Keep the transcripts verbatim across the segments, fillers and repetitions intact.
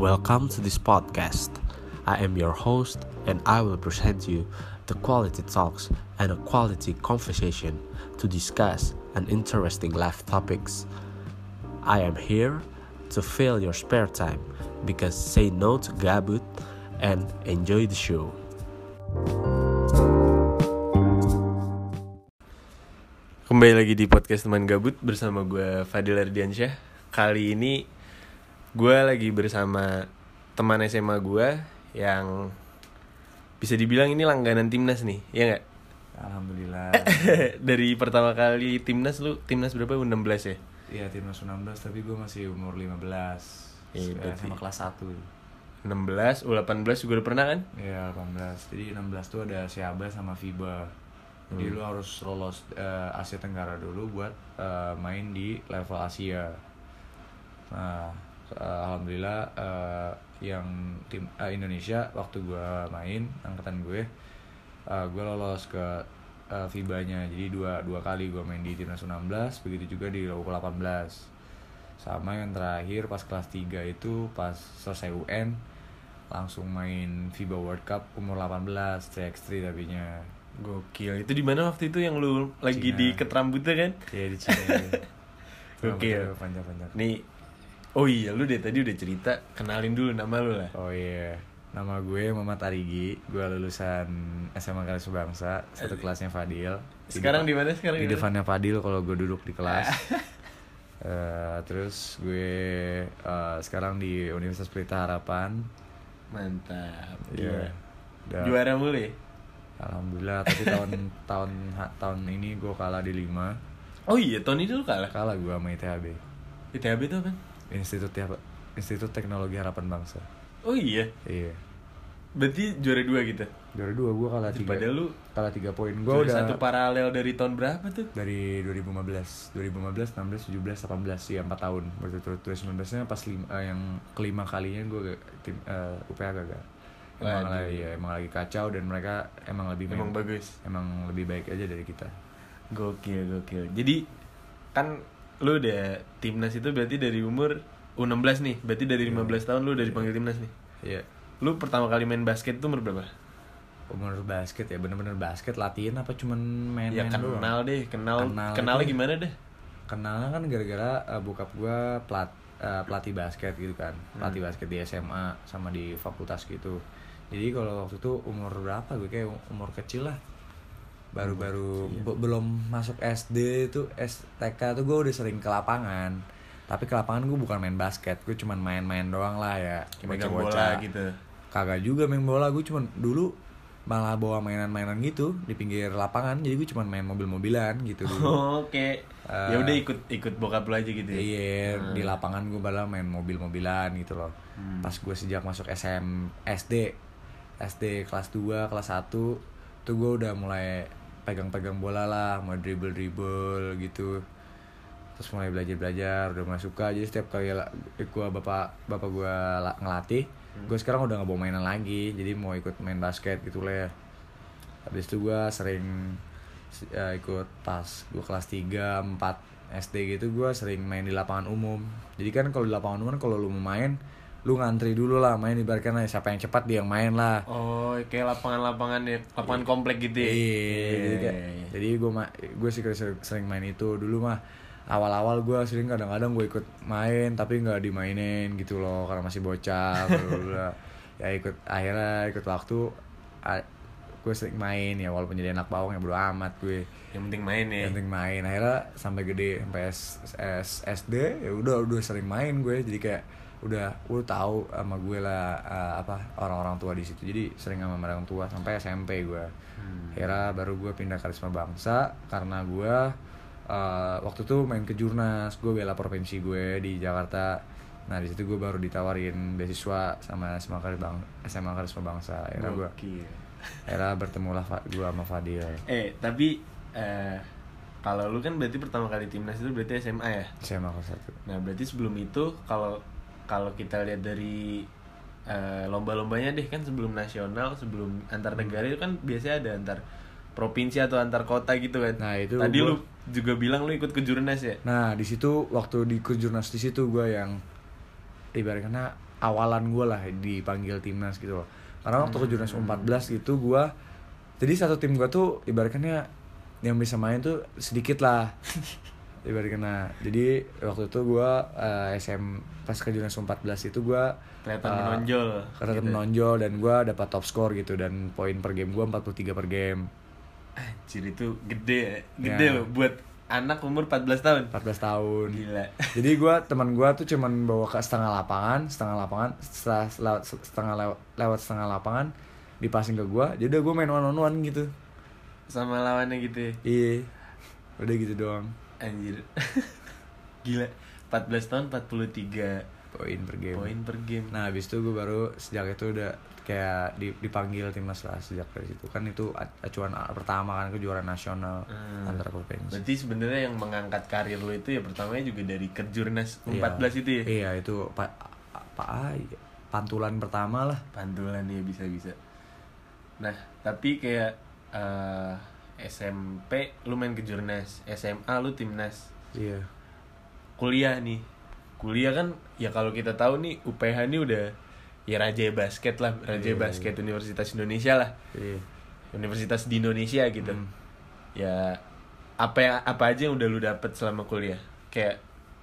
welcome to this podcast. I am your host and I will present you the quality talks and a quality conversation to discuss an interesting life topics. I am here to fill your spare time because say no to gabut and enjoy the show. Kembali lagi di podcast teman gabut bersama gue Fadil Ardiansyah. Kali ini gue lagi bersama teman S M A gue yang bisa dibilang ini langganan timnas nih, ya nggak? Alhamdulillah. Dari pertama kali timnas lu timnas berapa? U enam belas ya? Iya timnas U enam belas tapi gue masih umur lima belas. Iya, eh, sama kelas satu. enam belas, U delapan belas juga udah pernah kan? Iya delapan belas. Jadi enam belas tuh ada SEABA sama FIBA. Jadi hmm. lu harus lolos uh, Asia Tenggara dulu buat uh, main di level Asia. Nah, uh, alhamdulillah uh, yang tim uh, Indonesia waktu gue main angkatan gue, uh, gue lolos ke uh, FIBA-nya. Jadi dua dua kali gue main di timnas U enam belas, begitu juga di U delapan belas. Sama yang terakhir pas kelas tiga itu pas selesai U N langsung main FIBA World Cup umur delapan belas tiga by tiga tapinya. Gokil. Itu di mana waktu itu yang lu lagi Cina. di Ketrambutnya kan? Iya di Cina. Gokil. Panjang-panjang. Nih, oh iya lu deh tadi udah cerita, kenalin dulu nama lu lah. Oh iya. Nama gue Muhammad Arigi. Gue lulusan S M A Karisma Bangsa, satu kelasnya Fadil. Sekarang di mana sekarang? Di depannya Fadil kalau gue duduk di kelas. uh, terus gue uh, sekarang di Universitas Pelita Harapan. Mantap. Iya. Yeah. Juara mulu ya? Alhamdulillah, tapi tahun tahun ha, tahun ini gue kalah di lima. Oh iya, tahun ini lu kalah? Kalah gue sama I T H B. I T H B itu apa? Institut Institut Teknologi Harapan Bangsa. Oh iya? Iya. Berarti juara dua gitu? Juara dua, gue kalah tiga. Padahal lu kalah tiga poin. Gue udah satu paralel dari tahun berapa tuh? Dari dua ribu lima belas, dua ribu lima belas, enam belas, tujuh belas, delapan belas, ya empat tahun berturut-turut. dua ribu sembilan belas-nya pas lima, uh, yang kelima kalinya gue tim uh, U P H gagal. Emang Waduh. lagi, ya, emang lagi kacau dan mereka emang lebih emang main, bagus. Emang lebih baik aja dari kita. Gokil, gokil. Jadi kan lu udah timnas itu berarti dari umur U enam belas nih. Berarti dari lima belas tahun lu udah dipanggil timnas nih. Iya. Lu pertama kali main basket tuh umur berapa? Umur basket ya, bener-bener basket, latihan apa cuman main-main ya, kenal doang? deh, kenal, kenal kenalnya itu, gimana deh? Kenalnya kan gara-gara uh, bokap gue pelat, uh, pelatih basket gitu kan, pelatih hmm. basket di S M A sama di fakultas gitu. Jadi kalau waktu itu umur berapa gue kayak umur kecil lah, baru-baru iya. b- belum masuk S D tuh, S T K tuh gue udah sering ke lapangan. Tapi ke lapangan gue bukan main basket, gue cuman main-main doang lah ya, megang bola gitu. Kagak juga main bola, gue cuman dulu malah bawa mainan-mainan gitu di pinggir lapangan, jadi gue cuma main mobil-mobilan gitu dulu. Oh, oke. Okay. Uh, ya udah ikut ikut bokap lu aja gitu ya. Iya, hmm. di lapangan gue malah main mobil-mobilan gitu loh. Hmm. Pas gue sejak masuk S M S D S D kelas dua, kelas satu tuh gue udah mulai pegang-pegang bola lah, mau dribble-dribble gitu. Terus mulai belajar-belajar, udah mulai suka. Jadi setiap kali gue bapak bapak gue ngelatih, hmm. gue sekarang udah gak bawa mainan lagi, jadi mau ikut main basket gitu lah ya. Habis itu gue sering ya, ikut pas gue kelas tiga, empat S D gitu, gue sering main di lapangan umum. Jadi kan kalau di lapangan umum kan kalau lu mau main, lu ngantri dulu lah main, ibaratkan lah siapa yang cepat dia yang main lah. Oh, kayak lapangan-lapangan ya, lapangan komplek gitu ya. Iya, yeah, jadi, yeah. jadi gue ma- gue sih sering, sering main itu dulu mah. Awal-awal gue sering kadang-kadang gue ikut main tapi nggak dimainin gitu loh karena masih bocah. Ya ikut, akhirnya ikut waktu gue sering main ya, walaupun jadi anak bawang ya bodo amat gue. Yang penting main ya. Yang penting main. Akhirnya sampai gede sampai S, S, SD ya udah udah sering main gue, jadi kayak udah lu tahu sama gue lah uh, apa orang-orang tua di situ, jadi sering sama orang tua sampai S M P gue. Hmm. Akhirnya baru gue pindah Karisma Bangsa karena gue uh, waktu itu main ke Jurnas, gue bela provinsi gue di Jakarta. Nah di situ gue baru ditawarin beasiswa sama S M A Karisma, S M A Karisma Bangsa. Akhirnya gue akhirnya bertemu lah gue sama Fadil. Eh tapi uh, kalau lu kan berarti pertama kali timnas itu berarti S M A ya? S M A kelas satu. Nah berarti sebelum itu kalau kalau kita lihat dari uh, lomba-lombanya deh, kan sebelum nasional, sebelum antar negara itu kan biasanya ada antar provinsi atau antar kota gitu kan. Nah, itu tadi gua, lu juga bilang lu ikut ke Jurnas ya? Nah, di situ waktu di ke Jurnas di situ gue yang ibaratnya awalan gue lah dipanggil timnas gitu loh. Karena waktu ke Jurnas U empat belas itu gue, jadi satu tim gue tuh ibaratnya yang bisa main tuh sedikit lah. Ibaratnya. Jadi waktu itu gue uh, S M pas ke Jurnas U empat belas itu gue kelihatan uh, menonjol. Kelihatan gitu. menonjol dan gue dapat top score gitu, dan poin per game gue empat puluh tiga per game. Anjir, itu gede, gede Ya. loh buat anak umur empat belas tahun. empat belas tahun. Gila. Jadi gue, teman gue tuh cuman bawa ke setengah lapangan, setengah lapangan, setelah lewat setengah lewat, lewat setengah lapangan dipassing ke gue, jadi udah gue main one on one gitu. Sama lawannya gitu ya. Iya, udah gitu doang. Anjir. Gila. empat belas tahun empat puluh tiga Poin per game. poin per game. Nah habis itu gue baru sejak itu udah kayak dipanggil timnas lah sejak dari situ. Kan itu acuan pertama kan, kejuaraan nasional hmm. antar provinsi. Berarti sebenarnya yang mengangkat karir lo itu ya pertamanya juga dari Kejurnas U empat belas iya. itu ya. Iya, itu pak apa pantulan pertama lah. Pantulan ya, bisa-bisa. Nah, tapi kayak uh, S M P lu main Kejurnas, S M A lu timnas. Iya. Kuliah nih. Kuliah kan ya kalau kita tahu nih U P H ini udah ya raja basket lah, raja iya, basket iya. Universitas Indonesia lah. Iya. Universitas di Indonesia gitu. Hmm. Ya apa ya, apa aja yang udah lu dapet selama kuliah? Kayak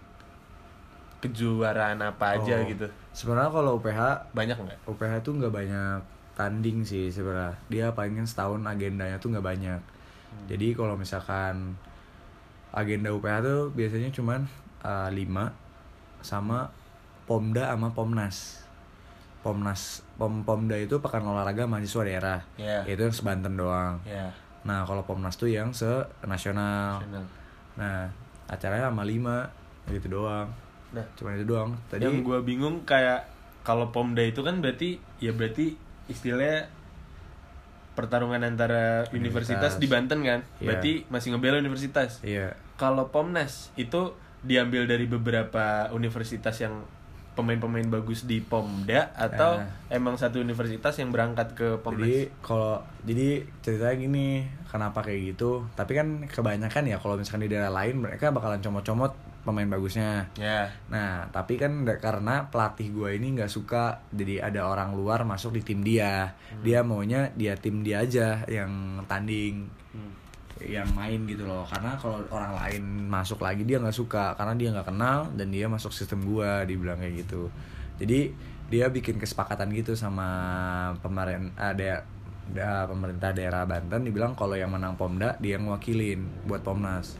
kejuaraan apa aja oh, gitu. Sebenarnya kalau U P H Banyak nggak? U P H tuh nggak banyak tanding sih sebenarnya. Dia paling setahun agendanya tuh nggak banyak. Hmm. Jadi kalau misalkan agenda U P H tuh biasanya cuman uh, lima sama Pomda sama Pomnas. Pomnas, Pom Pomda itu pekan olahraga mahasiswa daerah. Yeah. Itu yang sebanten doang. Yeah. Nah, kalau Pomnas tuh yang se-nasional. Nasional. Nah, acaranya sama lima gitu doang. Nah, cuma itu doang. Tadi yang gue bingung kayak kalau Pomda itu kan berarti ya berarti istilahnya pertarungan antara universitas, universitas di Banten kan. Yeah. Berarti masih ngebela universitas. Iya. Yeah. Kalau Pomnas itu diambil dari beberapa universitas yang pemain-pemain bagus di Pomda atau nah. emang satu universitas yang berangkat ke Pomnas? Jadi kalau jadi ceritanya gini, kenapa kayak gitu? Tapi kan kebanyakan ya kalau misalkan di daerah lain mereka bakalan comot-comot pemain bagusnya. Ya. Yeah. Nah, tapi kan karena pelatih gue ini nggak suka jadi ada orang luar masuk di tim dia. Hmm. Dia maunya dia tim dia aja yang tanding. Hmm. Yang main gitu loh, karena kalau orang lain masuk lagi dia nggak suka karena dia nggak kenal dan dia masuk sistem gua, dibilang kayak gitu. Jadi dia bikin kesepakatan gitu sama pemerintah ada da, pemerintah daerah Banten, dibilang kalau yang menang Pomda dia yang ngewakilin buat Pomnas.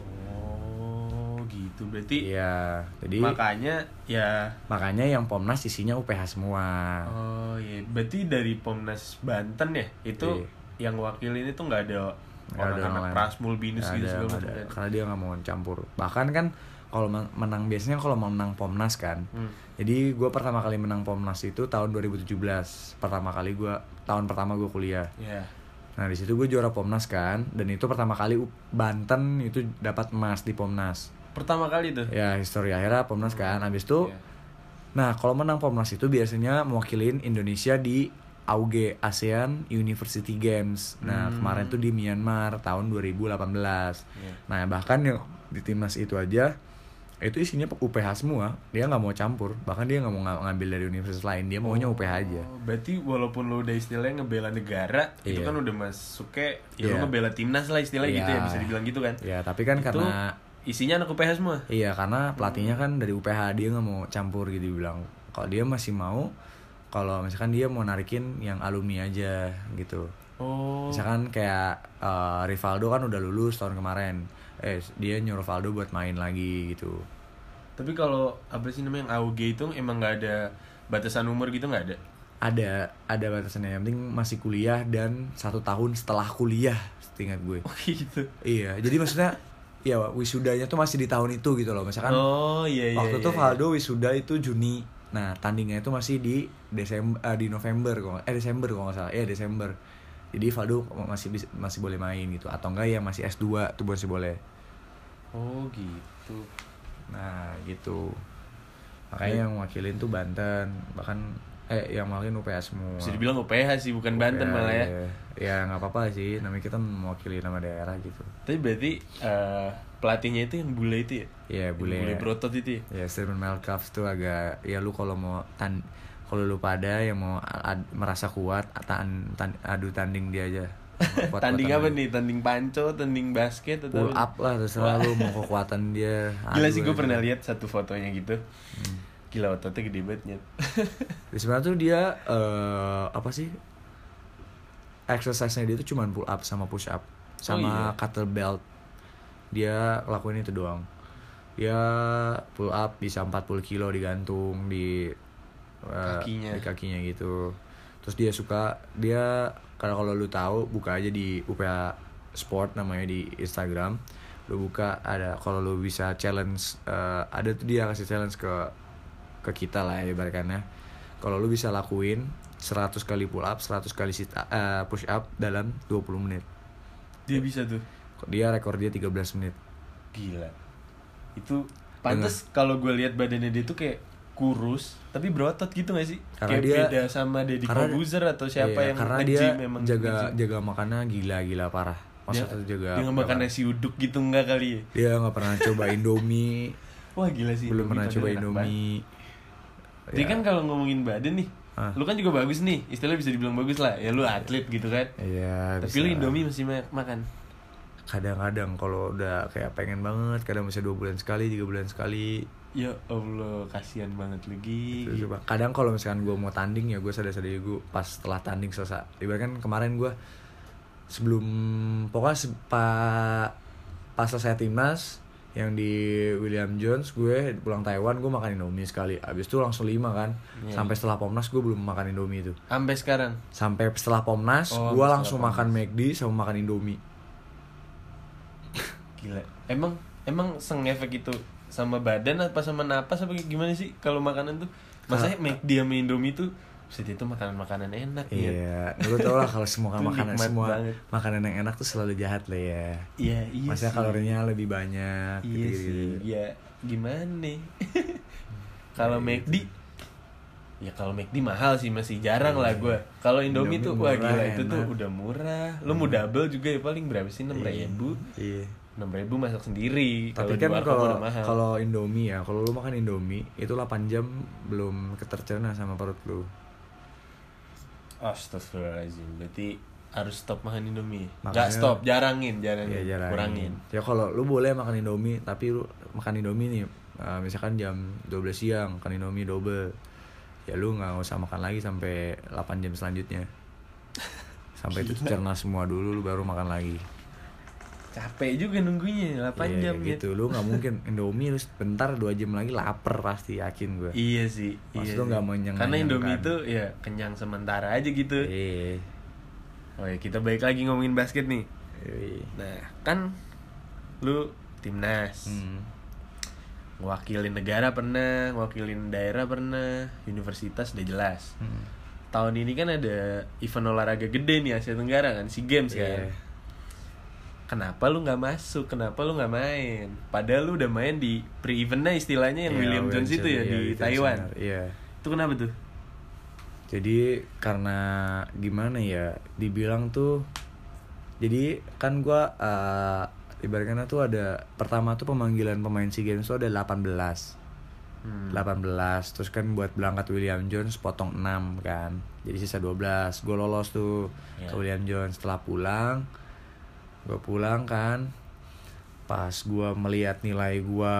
Oh gitu, berarti iya. Jadi makanya ya makanya yang Pomnas isinya U P H semua. Oh iya, berarti dari Pomnas Banten ya itu iya. Yang wakilin itu nggak ada orang-orang Prasmul Binus gitu segala macam. Karena dia nggak mau campur. Bahkan kan kalau menang biasanya kalau mau menang Pomnas kan. Hmm. Jadi gue pertama kali menang Pomnas itu tahun dua ribu tujuh belas. Pertama kali gue tahun pertama gue kuliah. Yeah. Nah di situ gue juara Pomnas kan. Dan itu pertama kali Banten itu dapat emas di Pomnas. Pertama kali tuh. Ya histori akhirnya Pomnas kan. Habis itu, yeah. Nah kalau menang Pomnas itu biasanya mewakilin Indonesia di A U G, ASEAN University Games. Nah, hmm. kemarin tuh di Myanmar tahun dua ribu delapan belas. Yeah. Nah, bahkan yang di timnas itu aja itu isinya U P H semua. Dia nggak mau campur. Bahkan dia nggak mau ng- ngambil dari universitas lain. Dia maunya oh, U P H aja. Berarti walaupun lo udah istilahnya ngebela negara, yeah. itu kan udah masuknya ya yeah. lo ngebela timnas lah istilahnya yeah. gitu ya, bisa dibilang gitu kan. Iya, yeah, tapi kan itu karena isinya anak U P H semua. Iya, karena pelatihnya kan dari U P H, dia nggak mau campur gitu bilang. Kalau dia masih mau, kalau misalkan dia mau narikin yang alumni aja gitu. Oh. Misalkan kayak uh, Rivaldo kan udah lulus tahun kemarin. Eh dia nyuruh Rivaldo buat main lagi gitu. Tapi kalau apa sih namanya yang A U G itu emang nggak ada batasan umur gitu, nggak ada? Ada, ada batasannya. Yang penting masih kuliah dan satu tahun setelah kuliah, setingat gue. Oh gitu. Iya, jadi maksudnya ya wisudanya tuh masih di tahun itu gitu loh. Misalkan oh, iya, iya, waktu iya, itu iya. Valdo wisuda itu Juni. Nah, tandingnya itu masih di Desember uh, di November kok. Eh Desember kalau enggak salah. Iya, Desember. Jadi Valdo masih masih boleh main gitu, atau enggak yang masih S dua tuh masih boleh. Oh, gitu. Nah, gitu. Makanya yang wakilin tuh Banten, bahkan eh yang wakilin U P H semua. Bisa dibilang U P H sih, bukan U P H, Banten malah ya. Ya, ya enggak apa-apa sih, namanya kita mewakili nama daerah gitu. Tapi berarti uh, pelatihnya itu yang bule itu ya? Iya, bule. Bule Brotot itu ya? Ya, Steven Melcalf tuh agak ya lu kalau mau tan kalau lu pada yang mau ad, merasa kuat tan, tan, adu tanding dia aja. Kuat, tanding apa nih? Tanding panco, tanding basket atau pull up lah terserah lu mau kekuatan dia. Gila sih gue pernah lihat satu fotonya gitu. Hmm. Gila ototnya gede banget. Sebenarnya tuh dia uh, apa sih? Exercise-nya dia tuh cuma pull up sama push up sama oh, iya. kettlebell. Dia lakuin itu doang. Dia pull up bisa empat puluh kilo digantung di uh, kakinya. di kakinya gitu. Terus dia suka dia karena kalau lu tahu buka aja di U P A Sport namanya di Instagram. Lu buka ada kalau lu bisa challenge uh, ada tuh dia kasih challenge ke ke kita lah ya ibaratnya. Kalau lu bisa lakuin seratus kali pull up, seratus kali sit up, uh, push up dalam dua puluh menit. Dia bisa tuh. Dia rekor dia tiga belas menit. Gila. Itu pantas kalau gue lihat badannya dia tuh kayak kurus tapi berotot gitu gak sih? Karena kayak dia, beda sama Deddy Corbuzier atau siapa iya, yang karena nge-gym dia memang jaga nge-gym. jaga makannya gila-gila parah. Maksudnya dia, jaga dia gak makan nasi uduk gitu enggak kali ya? Dia gak pernah coba Indomie. Wah gila sih. Belum pernah coba Indomie. Jadi ya. Kan kalau ngomongin badan nih ah. Lu kan juga bagus nih, istilahnya bisa dibilang bagus lah. Ya lu atlet gitu kan. Iya. Tapi bisa. Lu Indomie masih makan? Kadang-kadang kalau udah kayak pengen banget, kadang bisa dua bulan sekali, tiga bulan sekali. Ya Allah, kasihan banget lagi. Gitu, kadang kalau misalkan gue mau tanding ya gue sadar-sadar gue pas setelah tanding selesai. Ibaratkan kemarin gue sebelum pokoknya se- pa, pas selesai timnas yang di William Jones gue pulang Taiwan gue makan Indomie sekali. Abis itu langsung lima kan. Yeah. Sampai setelah Pomnas gue belum makan Indomie itu. Sampai sekarang. Sampai setelah Pomnas oh, gue langsung Pomnas. Makan McD sama makan Indomie. Gila. Emang emang sengefek itu sama badan apa sama napas apa gimana sih kalau makanan tuh? Masa McD sama Indomie tuh set itu makanan-makanan enak ya. Iya, lu tau lah kalau semua makanan semua banget. Makanan yang enak tuh selalu jahat lah ya. Iya, iya. Maksudnya kalorinya lebih banyak. Iya gitu, sih. gitu. Ya gimana nih? Kalau ya, McD gitu. Ya kalau McD mahal sih masih jarang yeah. lah gue. Kalau Indomie, Indomie tuh wah gila enak. Itu tuh udah murah. Lu mau double juga ya paling berapa sih enam ribu? Iya. enam ribu masak sendiri. Tapi kan kalau kalau Indomie ya, kalau lu makan Indomie itu delapan jam belum ketercerna sama perut lu. Astagfirullahaladzim. Berarti harus stop makan Indomie. Makanya, gak stop, jarangin, jarangin, ya, jarangin. kurangin. Ya kalau lu boleh makan Indomie, tapi lu makan Indomie nih, uh, misalkan jam dua belas siang makan Indomie double. Ya lu nggak usah makan lagi sampai delapan jam selanjutnya. Sampai itu cerna semua dulu lu baru makan lagi. Capek juga nunggunya delapan yeah, jam gitu. Lu nggak mungkin Indomie lu bentar dua jam lagi lapar pasti, yakin gue. Iya sih. Maksud iya lu nggak menyenyang. Karena Indomie itu ya kenyang sementara aja gitu. Iya. Oh ya kita balik lagi ngomongin basket nih. Iya. Nah kan lu timnas. Hmm. Ngewakilin negara pernah, ngewakilin daerah pernah, universitas udah jelas. Hmm. Tahun ini kan ada event olahraga gede nih Asia Tenggara kan, SEA Games kan. Yeah. Kenapa lu nggak masuk? Kenapa lu nggak main? Padahal lu udah main di pre-eventnya istilahnya yang yeah, William Jones itu ya, ya di Taiwan. Iya. Itu kenapa tuh? Jadi karena gimana ya? Dibilang tuh, jadi kan gua uh, ibaratnya tuh ada pertama tuh pemanggilan pemain SEA Games tuh ada delapan belas. Hmm. delapan belas terus kan buat berangkat William Jones potong enam kan. Jadi sisa dua belas. Gue lolos tuh yeah. ke William Jones. Setelah pulang gue pulang kan, pas gue melihat nilai gue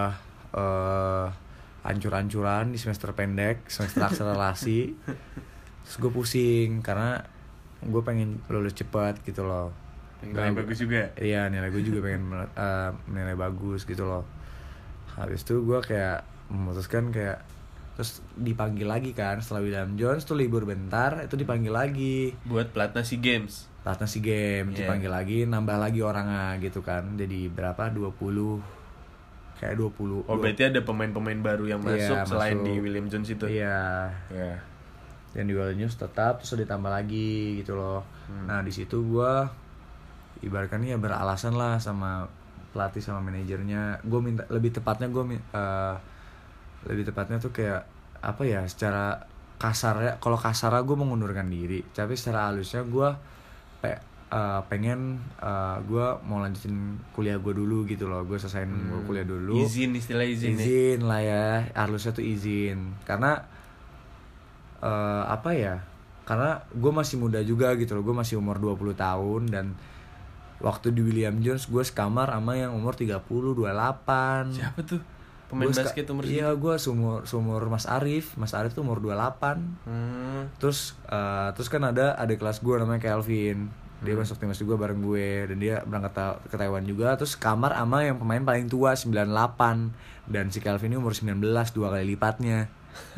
uh, ancur-ancuran di semester pendek, semester akselerasi, terus gue pusing karena gue pengen lulus cepat gitu loh. Nilai bagus juga? Iya, nilai gue juga pengen uh, nilai bagus gitu loh. Habis itu gue kayak memutuskan kayak terus dipanggil lagi kan setelah William Jones tuh libur bentar, itu dipanggil lagi buat pelatnas SEA Games. Pelatnas SEA Games yeah. dipanggil lagi, nambah lagi orangnya gitu kan. Jadi berapa? dua puluh kayak dua puluh. Oh, berarti ada pemain-pemain baru yang masuk yeah, selain masuk. Di William Jones itu. Iya. Yeah. Iya. Yeah. Dan di William Jones tetap terus ditambah lagi gitu loh. Hmm. Nah, di situ gua ibaratkan ya beralasan lah sama pelatih sama manajernya. Gua minta lebih tepatnya gua uh, lebih tepatnya tuh kayak apa ya, secara kasarnya, kalau kasarnya gue mengundurkan diri, tapi secara halusnya gue pe, uh, pengen uh, gue mau lanjutin kuliah gue dulu gitu loh. Gue selesain hmm. kuliah dulu, izin istilah izin izin ya? Lah ya, halusnya tuh izin karena uh, apa ya? Karena gue masih muda juga gitu loh, gue masih umur dua puluh tahun dan waktu di William Jones gue sekamar sama yang umur tiga puluh, dua puluh delapan. Siapa tuh? Pemain Gua basket umur segitu? Iya, gue seumur seumur Mas Arif. Mas Arif tuh umur dua puluh delapan. Hmm. Terus uh, terus kan ada adik kelas gue namanya Kelvin. Dia hmm. masuk timnas juga bareng gue dan dia berangkat ta- ke Taiwan juga. Terus kamar sama yang pemain paling tua sembilan puluh delapan dan si Kelvin ini umur sembilan belas, dua kali lipatnya.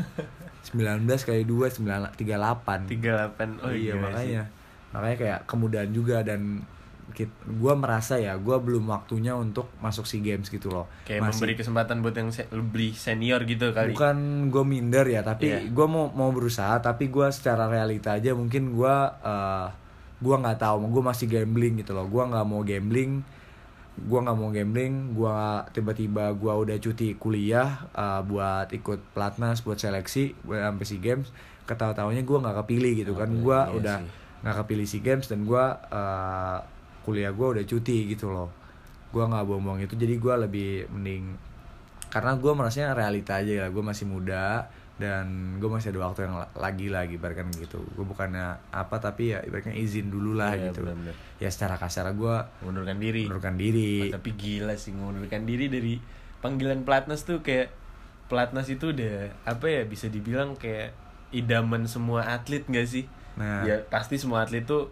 sembilan belas kali dua, sembilan, tiga puluh delapan. tiga puluh delapan. Oh iya, iya makanya. sih. Makanya kayak kemudahan juga dan gue merasa ya gue belum waktunya untuk masuk SEA Games gitu loh. Kayak Masih, memberi kesempatan buat yang se- lebih senior gitu kali. Bukan gue minder ya, tapi yeah. gue mau mau berusaha, tapi gue secara realita aja mungkin gue uh, gue nggak tahu, gue masih gambling gitu loh. Gue nggak mau gambling, gue nggak mau gambling. Gue tiba-tiba gue udah cuti kuliah uh, buat ikut pelatnas, buat seleksi, buat sampai SEA Games. Ketahu-tahunya gue nggak kepilih gitu oh, kan. Gue iya udah nggak kepilih SEA Games dan gue uh, kuliah gue udah cuti gitu loh. Gue nggak buang-buang itu, jadi gue lebih mending karena gue merasanya realita aja ya. Gue masih muda dan gue masih ada waktu yang lagi lagi ibaratkan gitu. Gue bukannya apa tapi ya ibaratnya izin dulu lah ya, gitu. Bener-bener. Ya secara kasar gue mengundurkan diri. Mengundurkan diri. Oh, tapi gila sih mengundurkan diri dari panggilan pelatnas tuh kayak pelatnas itu udah apa ya bisa dibilang kayak idaman semua atlet nggak sih? Nah. Ya pasti semua atlet tuh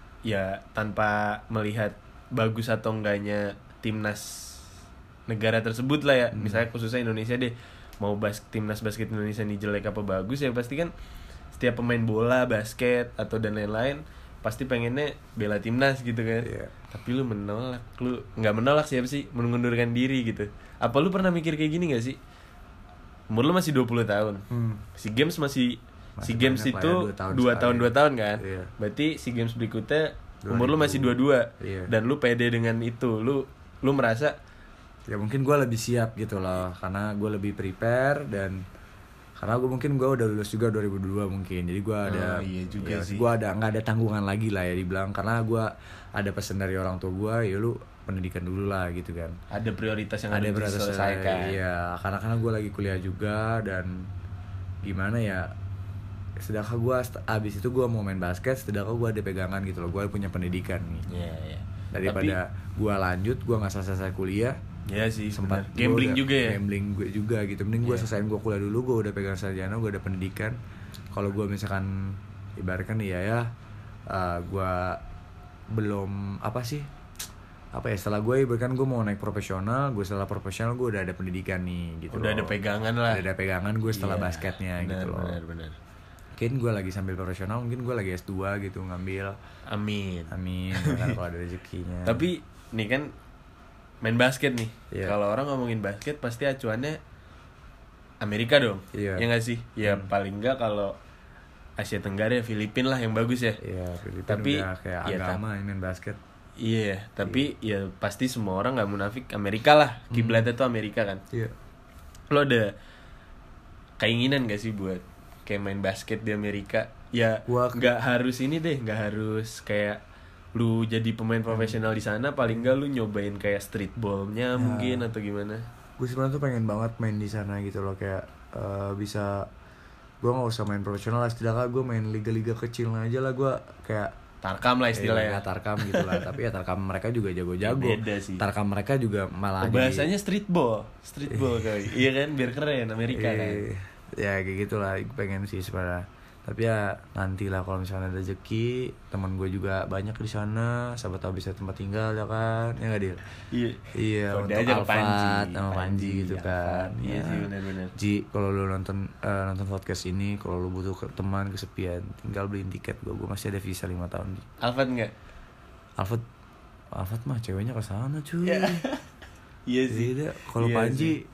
ya tanpa melihat bagus atau enggaknya timnas negara tersebut lah ya. Hmm. Misalnya khususnya Indonesia deh, mau bas timnas basket Indonesia ini jelek apa bagus ya pasti kan setiap pemain bola, basket atau dan lain-lain pasti pengennya bela timnas gitu kan. Yeah. Tapi lu menolak, lu nggak menolak siapa sih, mengundurkan diri gitu. Apa lu pernah mikir kayak gini nggak sih? Umur lu masih dua puluh tahun. Hmm. SEA Games masih SEA Games itu dua tahun dua tahun kan. Iya. Berarti SEA Games berikutnya umur lu masih dua puluh dua. Iya. Dan lu pede dengan itu. Lu lu merasa ya mungkin gue lebih siap gitu loh karena gue lebih prepare dan karena gue mungkin gue udah lulus juga dua ribu dua mungkin. Jadi gue ada oh, iya juga ya, sih. Gue ada enggak ada tanggungan lagi lah ya dibilang karena gue ada pesan dari orang tua gue, ya lu pendidikan dulu lah gitu kan. Ada prioritas yang ada harus diselesaikan. Iya, karena karena gue lagi kuliah juga dan gimana ya, sedangkan gue abis itu gue mau main basket, sedangkan gue ada pegangan gitu loh, gue punya pendidikan nih. Iya, iya. Daripada gue lanjut, gue nggak selesai kuliah. Iya sih, sempat gambling udah, juga ya. Gambling gue juga gitu. Mending gue yeah. selesaiin gue kuliah dulu, gue udah pegang sarjana, gue ada pendidikan. Kalau gue misalkan ibaratkan ya ya, uh, gue belum apa sih? Apa ya, setelah gue ibaratkan gue mau naik profesional, gue setelah profesional gue udah ada pendidikan nih gitu. Udah loh. Ada pegangan lah. Udah ada pegangan gue setelah yeah, basketnya bener, gitu loh. Benar, benar. Mungkin gue lagi sambil profesional, mungkin gue lagi S dua gitu ngambil. Amin. Amin. Kalau ada rezekinya. Tapi nih kan main basket nih. Yeah. Kalau orang ngomongin basket pasti acuannya Amerika dong. Iya. Ya nggak sih? Ya hmm. paling nggak kalau Asia Tenggara ya Filipina lah yang bagus ya. Iya, Filipina tapi udah kayak ya, agama main basket. Iya, tapi yeah. ya pasti semua orang nggak munafik Amerika lah. Kiblatnya hmm. tuh Amerika kan. Iya. Lo ada keinginan gak sih buat kayak main basket di Amerika? Ya nggak harus ini deh, nggak harus kayak lu jadi pemain profesional di sana, paling nggak lu nyobain kayak streetballnya ya. Mungkin atau gimana? Gue sebenarnya tuh pengen banget main di sana gitu loh, kayak uh, bisa gue nggak usah main profesional lah, setidaknya gue main liga-liga kecil aja lah, gue kayak Tarkam lah istilahnya. Ya, Tarkam gitu lah. Tapi ya Tarkam mereka juga jago-jago. Beda sih. Tarkam mereka juga malah bahasanya streetball, streetball kali. Iya kan, biar keren Amerika kan. Ya kayak gitulah, pengen sih sebenarnya. Tapi ya nantilah kalau misalnya ada rezeki, teman gue juga banyak di sana, siapa tahu bisa tempat tinggal ya kan, ya nggak Dil? Iya. Iya, kalo untuk Alfat sama Panji, Panji gitu ya, kan. Iya sih benar-benar. Ji, kalau lu nonton uh, nonton podcast ini, kalau lu butuh teman kesepian, tinggal beliin tiket gue, gue masih ada visa lima tahun. Alfat nggak? Alfat, Alfat mah ceweknya ke sana cuy. Yeah. Iya sih. Kalau iya Panji sih.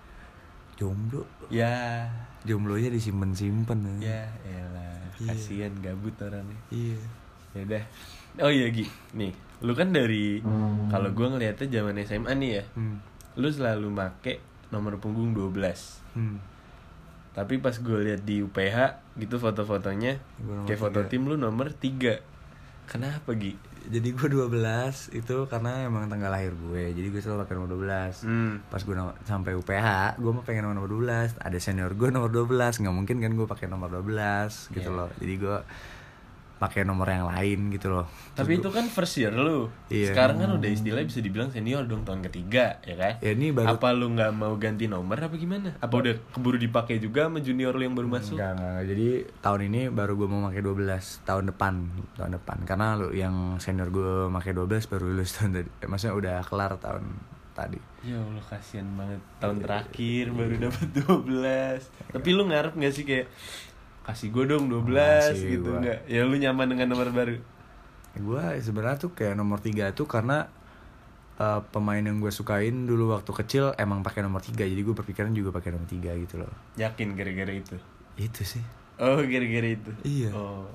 Jomblo. Ya. Jomblonya disimpen-simpen ya. Ya elah, iya. Kasian gabut orangnya. Iya. Ya udah. Oh iya Gi, nih, lu kan dari hmm. kalau gue ngeliatnya zaman S M A nih ya, hmm. lu selalu make nomor punggung dua belas. Hmm. Tapi pas gue lihat di U P H gitu foto-fotonya, kayak foto tim lu nomor tiga. Kenapa Gi? jadi gue dua belas itu karena emang tanggal lahir gue. Jadi gue selalu pakai nomor dua belas. Hmm. Pas gue no- sampai U P H, gue mau pengen nomor dua belas. Ada senior gue nomor dua belas, enggak mungkin kan gue pakai nomor dua belas gitu yeah. loh. Jadi gue pakai nomor yang lain gitu loh. Tapi itu kan first year lu. Iya. Sekarang kan udah istilahnya bisa dibilang senior dong, tahun ketiga, ya kan? Ya ini baru. Apa lu nggak mau ganti nomor apa gimana? Apa udah keburu dipakai juga sama junior lu yang baru masuk? Enggak, enggak. Jadi tahun ini baru gue mau pakai dua belas, tahun depan, tahun depan. Karena lu yang senior gue pakai dua belas baru lulus tahun tadi. Eh, maksudnya udah kelar tahun tadi. Ya Allah, kasihan banget. Tahun terakhir baru dapat dua belas. Tapi lu ngarep enggak sih kayak kasih gue dong dua belas gitu gua. Enggak? Ya lu nyaman dengan nomor baru? Gue sebenarnya tuh kayak nomor tiga tuh karena uh, pemain yang gue sukain dulu waktu kecil emang pakai nomor tiga. Jadi gue berpikiran juga pakai nomor tiga gitu loh. Yakin gara-gara itu? Itu sih. Oh, gara-gara itu? Iya. Oh,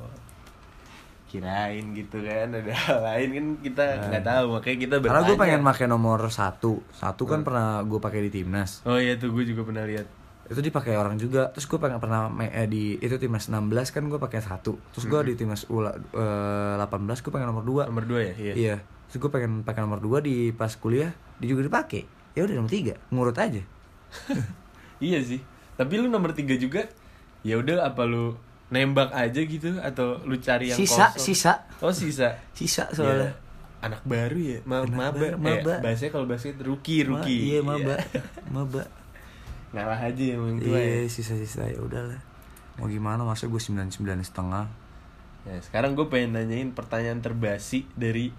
kirain gitu kan, ada hal lain kan kita nggak nah. tahu, makanya kita bertanya. Karena gue pengen pakai nomor satu. Satu kan hmm. pernah gue pakai di timnas. Oh iya tuh, gue juga pernah lihat. Itu dipakai orang juga. Terus gue pengen pernah eh, di itu timnas enam belas kan gue pakai satu. Terus gue mm-hmm. di timnas U delapan belas gue pengen nomor dua. Nomor dua ya? Iya. Iya. Terus gue pengen pakai nomor dua di pas kuliah, dia juga dipakai. Ya udah nomor tiga, ngurut aja. Iya sih. Tapi lu nomor tiga juga. Ya udah, apa lu nembak aja gitu atau lu cari yang sisa, kosong? Sisa. Oh, sisa. Sisa soalnya. Ya, anak baru ya, Ma- anak maba. Baru, maba. Eh, bahasanya kalau basket rookie, rookie. Ma- iya, maba. Maba. Ngalah aja emang tua. Iya, ya. Sisa-sisa ya udahlah. Mau gimana, masa gue sembilan puluh sembilan setengah. Ya, sekarang gue pengen nanyain pertanyaan terbasi dari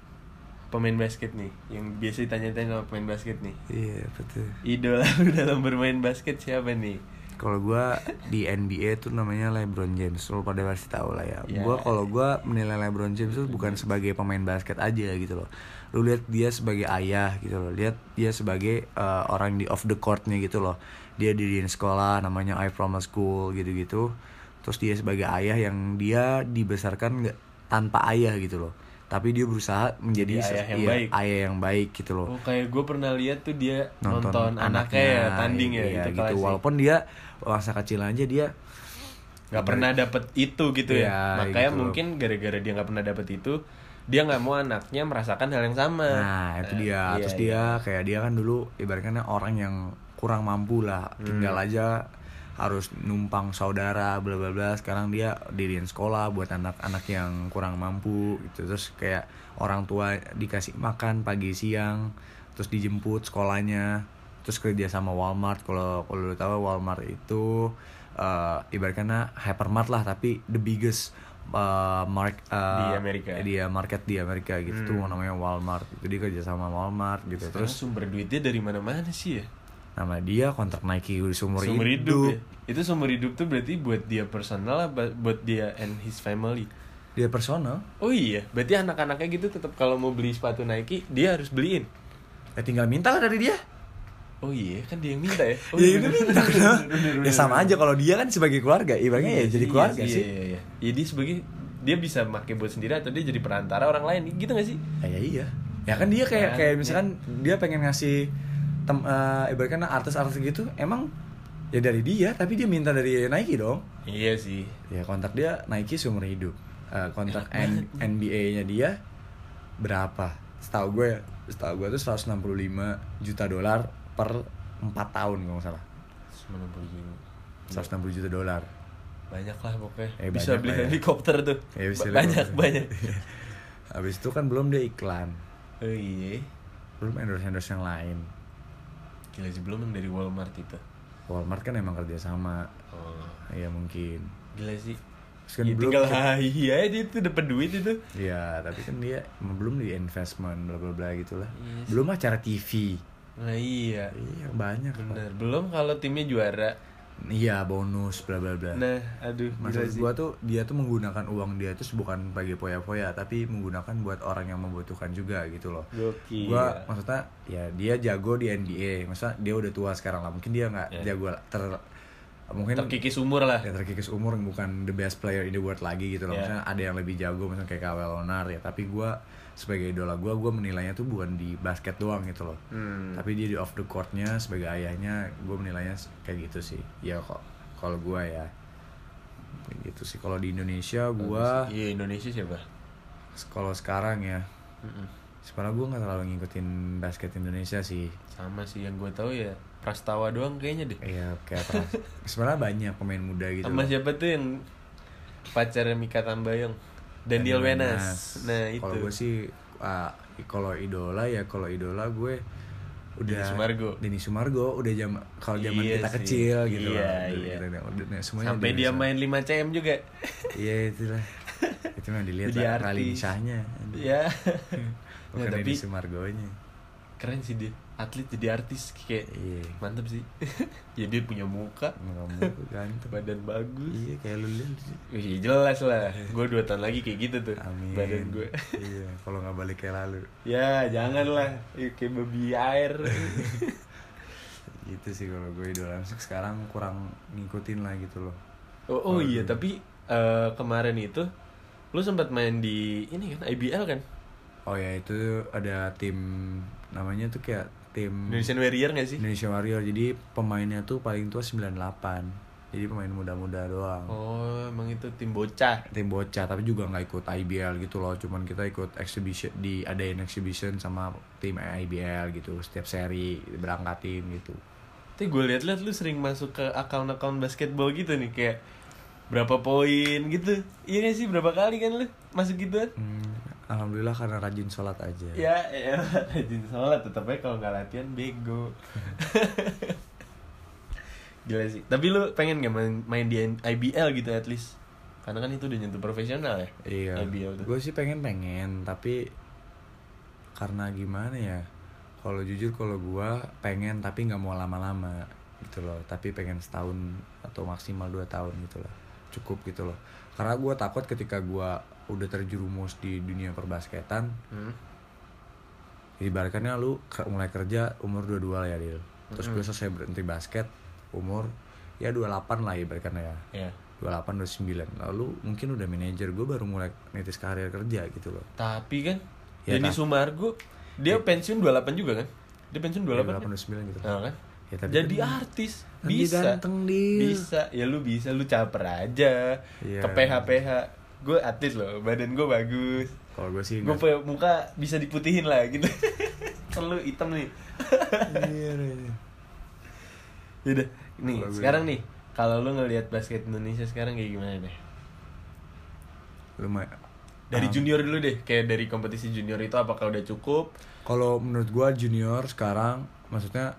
pemain basket nih, yang biasa ditanya-tanya sama pemain basket nih. Iya, betul. Idola lu dalam bermain basket siapa nih? Kalau gue di N B A tuh namanya LeBron James. Lo pada pasti tahu lah ya. Yeah. Gue kalau gue menilai LeBron James itu bukan sebagai pemain basket aja gitu loh. Lu lihat dia sebagai ayah gitu loh. Lihat dia sebagai uh, orang di off the courtnya gitu loh. Dia diriin sekolah namanya I Promise School gitu-gitu. Terus dia sebagai ayah yang dia dibesarkan nggak tanpa ayah gitu loh. Tapi dia berusaha menjadi ayah yang iya, baik. ayah yang baik gitu loh. Oh, kayak gue pernah lihat tuh dia nonton, nonton anaknya, anaknya ya tanding ya, iya, gitu. gitu. Walaupun dia masa kecil aja dia nggak pernah dapet itu gitu ya. ya Makanya gitu. Mungkin gara-gara dia nggak pernah dapet itu, dia nggak mau anaknya merasakan hal yang sama. Nah itu dia. Nah, terus iya, dia iya. kayak dia kan dulu ibaratnya orang yang kurang mampu lah, tinggal hmm. aja harus numpang saudara bla bla bla. Sekarang dia diriin sekolah buat anak-anak yang kurang mampu gitu. Terus kayak orang tua dikasih makan pagi siang, terus dijemput sekolahnya, terus kerja sama Walmart. Kalau kalau lu tahu Walmart itu uh, ibaratnya hypermart lah, tapi the biggest uh, mark uh, di Amerika. Dia market di Amerika gitu. Hmm. Tuh namanya Walmart. Itu dia kerja sama Walmart gitu. Sekarang terus sumber duitnya dari mana-mana sih ya? Nama dia kontrak Nike udah seumur, seumur hidup, hidup. Ya? Itu seumur hidup tuh berarti buat dia personal apa buat dia and his family? Dia personal. Oh iya, berarti anak-anaknya gitu tetap kalau mau beli sepatu Nike dia harus beliin. Ya tinggal minta lah dari dia. Oh iya, kan dia yang minta ya. Oh, ya itu minta kan. Ya sama aja kalau dia kan sebagai keluarga, ibaratnya iya, ya jadi keluarga iya, sih. Iya iya iya. Ya dia sebagai dia bisa pakai buat sendiri atau dia jadi perantara orang lain gitu gak sih? Ya, ya iya. Ya kan dia kayak kayak misalkan ya. Dia pengen ngasih tem uh, ibaratnya artis-artis gitu emang ya dari dia, tapi dia minta dari Nike dong. Iya sih. Ya kontrak dia Nike seumur hidup. Uh, kontrak N- NBA-nya dia berapa? Setahu gue, setahu gue tuh seratus enam puluh lima juta dolar per empat tahun kalau nggak salah. seratus enam puluh juta dolar. Banyak lah pokoknya. Eh, bisa beli ya. Helikopter tuh. Ya, bisa banyak banyak. Habis itu kan belum dia iklan. Oh iya. Belum endorse-endorse yang lain. Gila sih, belum yang dari Walmart itu. Walmart kan emang kerja sama. Oh. Iya mungkin. Gila sih. Kan ya, tinggal hahi aja dia tuh dapat duit itu. Iya, tapi kan dia belum di investment bla bla bla gitulah. Yes. Belum acara T V. Nah iya. Iya banyak. Bener. Belum kalau timnya juara. Iya, bonus bla bla bla. Nah, aduh. Maksud gua tuh dia tuh menggunakan uang dia tuh bukan bagi poya-poya, tapi menggunakan buat orang yang membutuhkan juga gitu loh. Gokil. Gua maksudnya ya dia jago di N B A. Maksudnya dia udah tua sekarang lah. Mungkin dia enggak yeah. jago ter mungkin terkikis umur lah. Ya terkikis umur, bukan the best player in the world lagi gitu loh. Yeah. Maksudnya ada yang lebih jago misalnya kayak Kawhi Leonard ya, tapi gua sebagai idola gue, gue menilainya tuh bukan di basket doang gitu loh, hmm. tapi dia di off the courtnya sebagai ayahnya, gue menilainya kayak gitu sih. Ya kok kalau gue ya kayak gitu sih. Kalau di Indonesia gue, iya Indonesia siapa? Kalau sekarang ya, Mm-mm. sebenarnya gue nggak terlalu ngikutin basket Indonesia sih. Sama sih yang gue tahu ya Prastawa doang kayaknya deh. Iya kayak terus. Sebenarnya banyak pemain muda gitu. Sama loh. siapa tuh yang pacarnya Mika Tambayong? Daniel Wenas. Nah itu. Kalau gue sih, ah, kalau idola ya kalau idola gue udah Denny Sumargo. Denny Sumargo udah jam kalau zaman Iya kita sih. kecil gitu Iya, loh. iya. Udah, udah, udah, semuanya Sampai Denny dia Sumargo. main lima C M juga. Iya itulah. Itu mah dilihat Jadi lah artis. kali nisahnya. Iya. Bukan Nggak, tapi Denny Sumargonya. keren sih dia. Atlet jadi artis kayak Iya. mantap sih. Ya dia punya muka, Kamu ganteng. badan bagus. Iya kayak lu lihat. Wih, jelas lah. Gue dua tahun lagi kayak gitu tuh. Amin. Badan gue. Iya, kalau nggak balik kayak lalu. Ya, jangan lah. Ih, kayak babi air. Gitu sih kalau gue idola. Sekarang kurang ngikutin lah gitu loh. Oh, oh Kalau iya, dulu. tapi eh, kemarin itu lu sempat main di ini kan I B L kan? Oh ya itu ada tim namanya tuh kayak tim Indonesian Warrior gak sih? Indonesia Warrior. Jadi pemainnya tuh paling tua sembilan puluh delapan. Jadi pemain muda-muda doang. Oh, emang itu tim bocah. Tim bocah tapi juga nggak ikut I B L gitu loh. Cuman kita ikut exhibition, diadain exhibition sama tim I B L gitu. Setiap seri berangkatin gitu. Tapi gue liat-liat lu sering masuk ke akun-akun basketball gitu nih, kayak berapa poin gitu. Iya gak sih, berapa kali kan lu masuk gituan? Hmm, alhamdulillah karena rajin sholat aja. Ya, ya rajin sholat, tetep aja kalau nggak latihan bego. Gila sih. Tapi lu pengen gak main, main di I B L gitu at least? Karena kan itu udah nyentuh profesional ya. Iya. I B L tuh. Gue sih pengen pengen tapi karena gimana ya? Kalau jujur kalau gue pengen tapi nggak mau lama-lama gitu loh. Tapi pengen setahun atau maksimal dua tahun gitu loh. Cukup gitu loh. Karena gue takut ketika gue udah terjerumus di dunia perbasketan, Hmm. ibaratnya lu ke- mulai kerja umur dua puluh dua lah ya Dil. Terus Hmm. gue selesai berhenti basket umur ya dua puluh delapan lah ibaratnya ya. Ya. dua puluh delapan, dua puluh sembilan. Lalu mungkin udah manajer, gue baru mulai nitis karir kerja gitu loh. Tapi kan Ya, Denny tak. Sumargo dia pensiun dua puluh delapan juga kan? Dia pensiun dua puluh delapan. dua puluh delapan, dua puluh sembilan gitu. Nah, kan? Ya, tapi Jadi kan- artis kan dia bisa. ganteng, Dil. Bisa. Ya lu bisa, lu caper aja. Iya. Ke P H P H. Gue atlet loh, badan gue bagus. Kalau gue sih Gue punya muka bisa diputihin lah gitu. Kan lu hitam nih. Iya, iya. Yaudah, nih Kalau gue- sekarang nih, kalau lu ngelihat basket Indonesia sekarang kayak gimana deh? Lumayan. Dari Um, junior dulu deh, kayak dari kompetisi junior itu apakah udah cukup? Kalau menurut gue junior sekarang maksudnya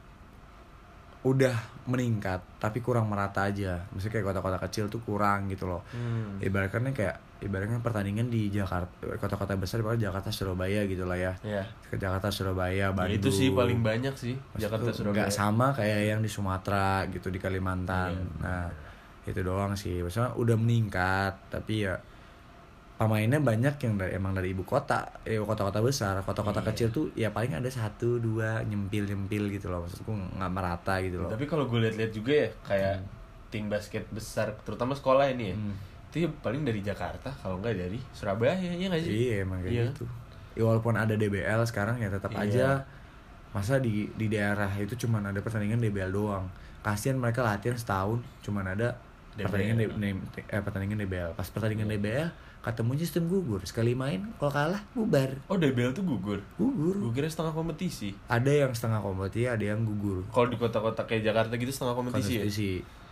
udah meningkat tapi kurang merata aja. Maksudnya kayak kota-kota kecil tuh kurang gitu loh. Hmm. Ibaratnya kayak ibaratnya pertandingan di Jakarta, kota-kota besar ibaratnya Jakarta, Surabaya gitu lah ya. Ya. Ke Jakarta, Surabaya, Ya, Bandung. itu sih paling banyak sih Maksud Jakarta tuh Surabaya. nggak sama kayak yang di Sumatera gitu, di Kalimantan. Iya. Nah itu doang sih. Maksudnya udah meningkat tapi ya pemainnya banyak yang dari emang dari ibu kota, eh, kota-kota besar. Kota-kota Iya. kecil tuh ya paling ada satu dua nyempil-nyempil gitu loh. Maksudku nggak merata gitu loh. Tapi kalau gue lihat-lihat juga ya kayak tim basket besar, terutama sekolah ini ya, Hmm. itu ya paling dari Jakarta, kalau nggak dari Surabaya, ya nggak sih? Iya emang kayak Iya. gitu. Ya, walaupun ada D B L sekarang ya tetap Iya. aja masa di di daerah itu cuman ada pertandingan D B L doang. Kasian mereka latihan setahun cuman ada D B L. pertandingan D- D- eh, pertandingan D B L. Pas pertandingan Iya. D B L ketemu sistem gugur. Sekali main kalau kalah bubar. Oh, D B L tuh gugur. Gugur. Gue kira setengah kompetisi. Ada yang setengah kompetisi, ada yang gugur. Kalau di kota-kota kayak Jakarta gitu setengah kompetisi, ya? Kompetisi.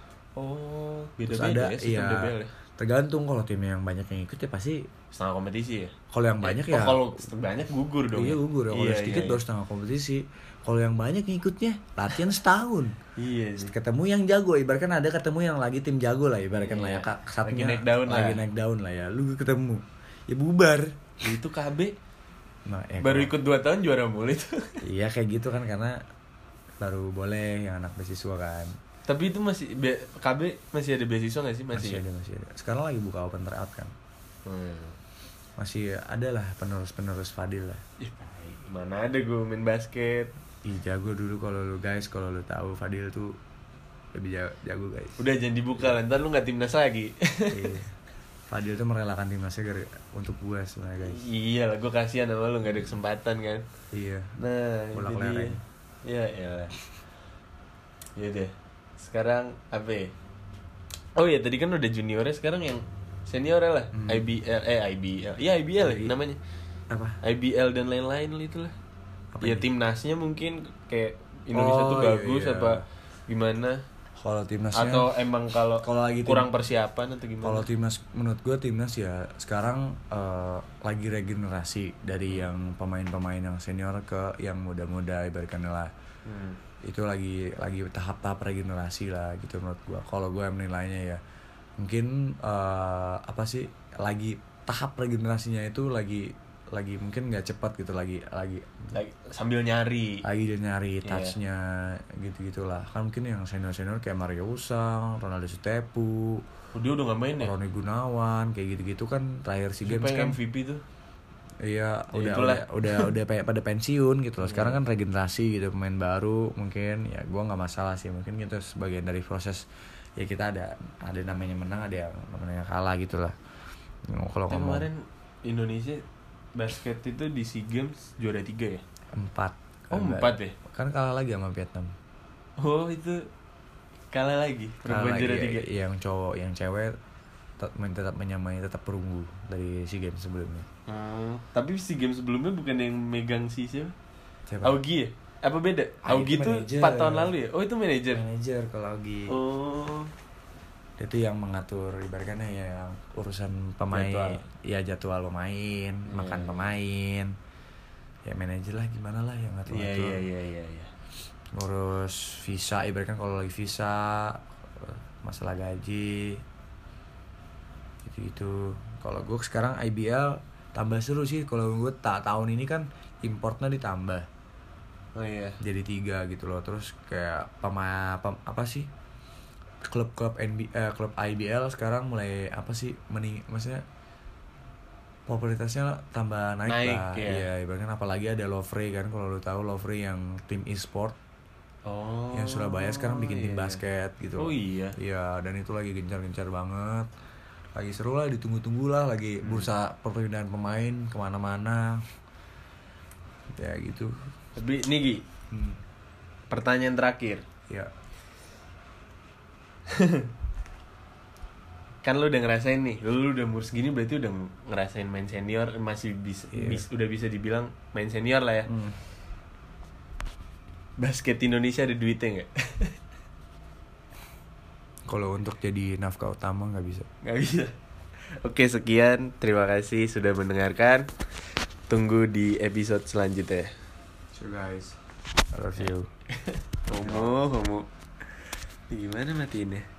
Oh, Terus beda-beda ada ya sistem iya, D B L ya. tergantung kalau timnya yang banyak yang ikut ya pasti. Setengah kompetisi ya. Kalau yang banyak Oh, ya kalau banyak gugur dong. iya ya? gugur. Ya. Kalau Iya, sedikit iya, baru setengah kompetisi. Kalau yang banyak yang ikutnya latihan setahun. Iya sih. Ketemu yang jago, ibaratkan ada ketemu yang lagi tim jago lah, ibaratkan lah ya, Iya. kak Lagi satunya naik daun lagi lah. naik daun lah ya, lu ketemu ya bubar. Itu K B Nah, ya, baru kalau- ikut dua tahun juara mulu itu. iya kayak gitu kan karena baru boleh yang anak beasiswa kan. Tapi itu masih be- K B masih ada beasiswa nggak sih? Masih, Masih ya? ada masih ada. Sekarang lagi buka open tryout kan. Hmm. Masih ada lah penerus-penerus Fadil lah. Ih, mana ada gue main basket. Ih jago dulu kalau lu guys, kalau lu tahu Fadil tuh lebih jago, jago guys. Udah jangan dibuka lah, ntar lu gak timnas lagi. Iya. Fadil tuh merelakan timnasnya gara- untuk gua sebenarnya guys. Iya lah, gue kasihan sama lu gak ada kesempatan kan. Iya. Nah, Bola itu kelereng. dia. Ya, ya. Ya deh. Sekarang apa ya? Oh ya, tadi kan udah juniornya, sekarang yang Senior lah, Hmm. I B L eh I B L. Iya I B L ya I- namanya. Apa? I B L dan lain-lain lah itulah. Apa Ya ini? timnasnya mungkin kayak Indonesia Oh, tuh iya, bagus iya. apa gimana? Kalau timnasnya Atau emang kalau kalau lagi tim- kurang persiapan atau gimana? Kalau timnas, menurut gue timnas ya sekarang eh, lagi regenerasi dari yang pemain-pemain yang senior ke yang muda-muda ibaratkan lah. Hmm. Itu lagi lagi tahap-tahap regenerasi lah gitu menurut gue. Kalau gue menilainya ya mungkin eh, apa sih lagi tahap regenerasinya itu lagi lagi mungkin nggak cepat gitu lagi lagi Like, sambil nyari. lagi dia nyari Iya. touchnya gitu gitulah kan mungkin yang senior senior kayak Mario Usang, Ronaldo Sutepu, Oh, dia udah nggak main ya? Roni Gunawan kayak gitu-gitu kan terakhir SEA Games Siapa kan yang M V P tuh? iya Ya, udah, itulah. udah udah udah kayak pada pensiun gitu loh. Sekarang kan regenerasi gitu pemain baru mungkin ya gua nggak masalah sih mungkin itu sebagian dari proses ya kita ada ada namanya menang ada yang namanya kalah gitu lah. Kalau Tapi ngomong kemarin Indonesia basket itu di SEA Games juara tiga ya? empat Oh, Kan empat ya? kan kalah lagi sama Vietnam. Oh itu kalah lagi Kalah perempuan lagi juara ya, tiga. yang cowok yang cewek tetap tetap menyamai tetap perunggu dari SEA Games sebelumnya. Hmm, tapi SEA Games sebelumnya bukan yang megang si siapa? Siapa? Augie ya? Apa beda? Ah, Augie itu tuh manajer. empat tahun lalu ya? Oh itu manajer. Manajer kalau lagi. Oh. Dia tuh yang mengatur ibaratnya ya yang urusan pemain Jadwal. ya jadwal pemain makan Iya. pemain ya manajer lah gimana lah yang ngatur Iya ngatur iya iya iya iya. ngurus visa ibaratkan kalau lagi visa masalah gaji gitu gitu kalau gue sekarang I B L tambah seru sih kalau gue tak tahun ini kan importnya ditambah Oh iya. jadi tiga gitu loh terus kayak pemain pem, apa sih klub-klub N B A eh, klub I B L sekarang mulai apa sih mening maksudnya popularitasnya tambah naik, Naik, lah ya. iya ibaratkan apalagi ada Lovre kan kalau lu tahu Lovre yang tim e-sport Oh. yang Surabaya sekarang bikin tim iya. basket gitu Oh loh. iya. Iya dan itu lagi gencar-gencar banget lagi seru lah ditunggu-tunggu lah lagi Hmm. bursa perpindahan pemain kemana-mana ya gitu. Tapi nih Gi, hmm. pertanyaan terakhir. Ya Kan lu udah ngerasain nih, lu udah umur segini berarti udah ngerasain main senior, masih bisa, Iya. bis- udah bisa dibilang main senior lah ya. hmm. Basket Indonesia ada duitnya nggak? Kalau untuk jadi nafkah utama nggak bisa. Nggak bisa. Oke sekian, terima kasih sudah mendengarkan. Tunggu di episode selanjutnya. So guys, I love you. Homo, homo. Gimana matiin ya?